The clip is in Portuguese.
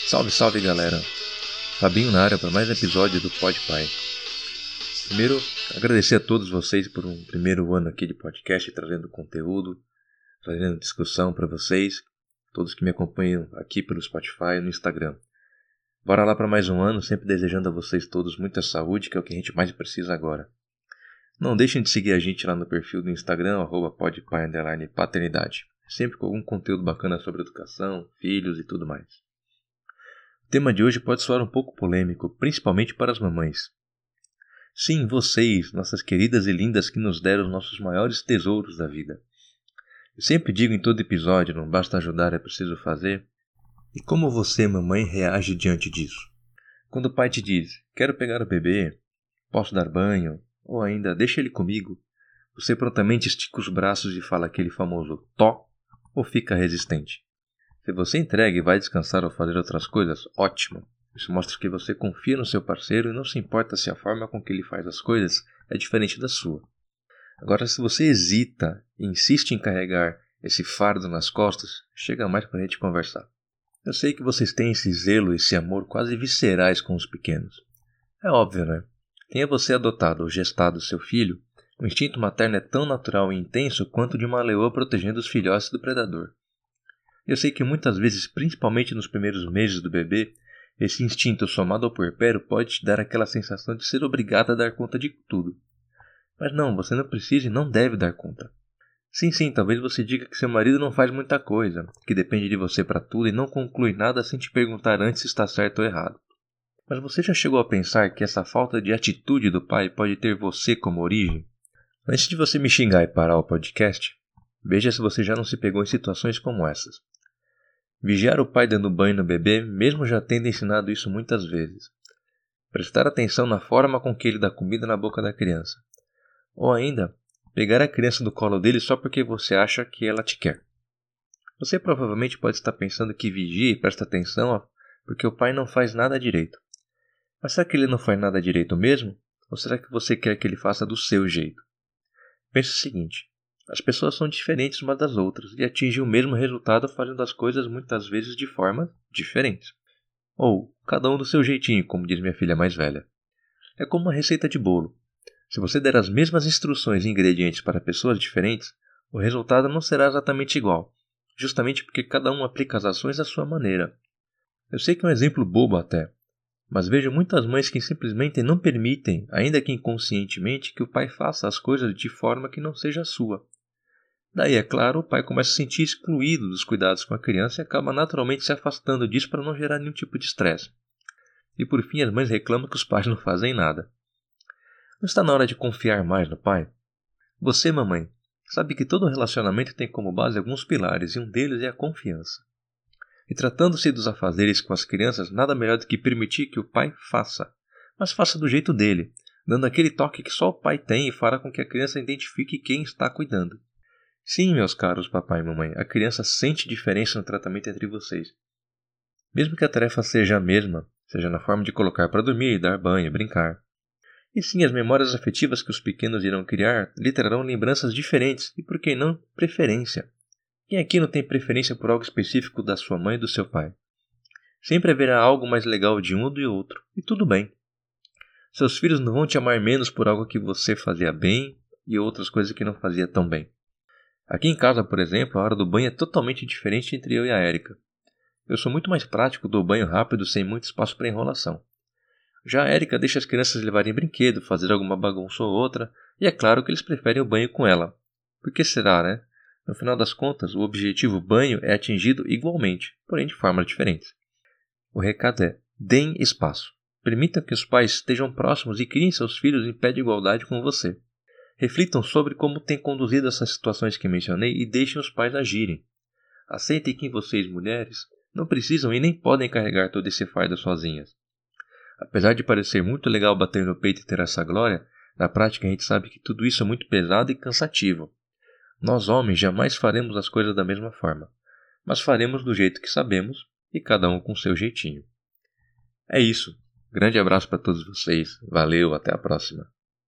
Salve, salve galera! Fabinho na área para mais um episódio do Pod Pai. Primeiro, agradecer a todos vocês por um primeiro ano aqui de podcast, trazendo conteúdo, trazendo discussão para vocês, todos que me acompanham aqui pelo Spotify e no Instagram. Bora lá para mais um ano, sempre desejando a vocês todos muita saúde, que é o que a gente mais precisa agora. Não deixem de seguir a gente lá no perfil do Instagram, @podpai_paternidade, sempre com algum conteúdo bacana sobre educação, filhos e tudo mais. O tema de hoje pode soar um pouco polêmico, principalmente para as mamães. Sim, vocês, nossas queridas e lindas que nos deram os nossos maiores tesouros da vida. Eu sempre digo em todo episódio, não basta ajudar, é preciso fazer. E como você, mamãe, reage diante disso? Quando o pai te diz, quero pegar o bebê, posso dar banho, ou ainda, deixa ele comigo, você prontamente estica os braços e fala aquele famoso tó, ou fica resistente. Se você entrega e vai descansar ou fazer outras coisas, ótimo. Isso mostra que você confia no seu parceiro e não se importa se a forma com que ele faz as coisas é diferente da sua. Agora, se você hesita e insiste em carregar esse fardo nas costas, chega mais para a gente conversar. Eu sei que vocês têm esse zelo e esse amor quase viscerais com os pequenos. É óbvio, né? Tenha você adotado ou gestado seu filho, o instinto materno é tão natural e intenso quanto de uma leoa protegendo os filhotes do predador. Eu sei que muitas vezes, principalmente nos primeiros meses do bebê, esse instinto somado ao puerpério pode te dar aquela sensação de ser obrigado a dar conta de tudo. Mas não, você não precisa e não deve dar conta. Sim, talvez você diga que seu marido não faz muita coisa, que depende de você para tudo e não conclui nada sem te perguntar antes se está certo ou errado. Mas você já chegou a pensar que essa falta de atitude do pai pode ter você como origem? Antes de você me xingar e parar o podcast, veja se você já não se pegou em situações como essas. Vigiar o pai dando banho no bebê, mesmo já tendo ensinado isso muitas vezes. Prestar atenção na forma com que ele dá comida na boca da criança. Ou ainda, pegar a criança do colo dele só porque você acha que ela te quer. Você provavelmente pode estar pensando que vigia e presta atenção porque o pai não faz nada direito. Mas será que ele não faz nada direito mesmo? Ou será que você quer que ele faça do seu jeito? Pense o seguinte, as pessoas são diferentes umas das outras e atingem o mesmo resultado fazendo as coisas muitas vezes de formas diferentes. Ou, cada um do seu jeitinho, como diz minha filha mais velha. É como uma receita de bolo. Se você der as mesmas instruções e ingredientes para pessoas diferentes, o resultado não será exatamente igual, justamente porque cada um aplica as ações à sua maneira. Eu sei que é um exemplo bobo até, mas vejo muitas mães que simplesmente não permitem, ainda que inconscientemente, que o pai faça as coisas de forma que não seja a sua. Daí, é claro, o pai começa a se sentir excluído dos cuidados com a criança e acaba naturalmente se afastando disso para não gerar nenhum tipo de estresse. E por fim, as mães reclamam que os pais não fazem nada. Não está na hora de confiar mais no pai? Você, mamãe, sabe que todo relacionamento tem como base alguns pilares e um deles é a confiança. E tratando-se dos afazeres com as crianças, nada melhor do que permitir que o pai faça, mas faça do jeito dele, dando aquele toque que só o pai tem e fará com que a criança identifique quem está cuidando. Sim, meus caros papai e mamãe, a criança sente diferença no tratamento entre vocês. Mesmo que a tarefa seja a mesma, seja na forma de colocar para dormir, dar banho, brincar. E sim, as memórias afetivas que os pequenos irão criar lhe trarão lembranças diferentes e, por que não, preferência. Quem aqui não tem preferência por algo específico da sua mãe e do seu pai? Sempre haverá algo mais legal de um ou do outro, e tudo bem. Seus filhos não vão te amar menos por algo que você fazia bem e outras coisas que não fazia tão bem. Aqui em casa, por exemplo, a hora do banho é totalmente diferente entre eu e a Érica. Eu sou muito mais prático, dou banho rápido sem muito espaço para enrolação. Já a Érica deixa as crianças levarem brinquedo, fazer alguma bagunça ou outra, e é claro que eles preferem o banho com ela. Por que será, né? No final das contas, o objetivo banho é atingido igualmente, porém de formas diferentes. O recado é, deem espaço. Permitam que os pais estejam próximos e criem seus filhos em pé de igualdade com você. Reflitam sobre como têm conduzido essas situações que mencionei e deixem os pais agirem. Aceitem que vocês, mulheres, não precisam e nem podem carregar todo esse fardo sozinhas. Apesar de parecer muito legal bater no peito e ter essa glória, na prática a gente sabe que tudo isso é muito pesado e cansativo. Nós homens jamais faremos as coisas da mesma forma, mas faremos do jeito que sabemos e cada um com seu jeitinho. É isso. Grande abraço para todos vocês. Valeu, até a próxima.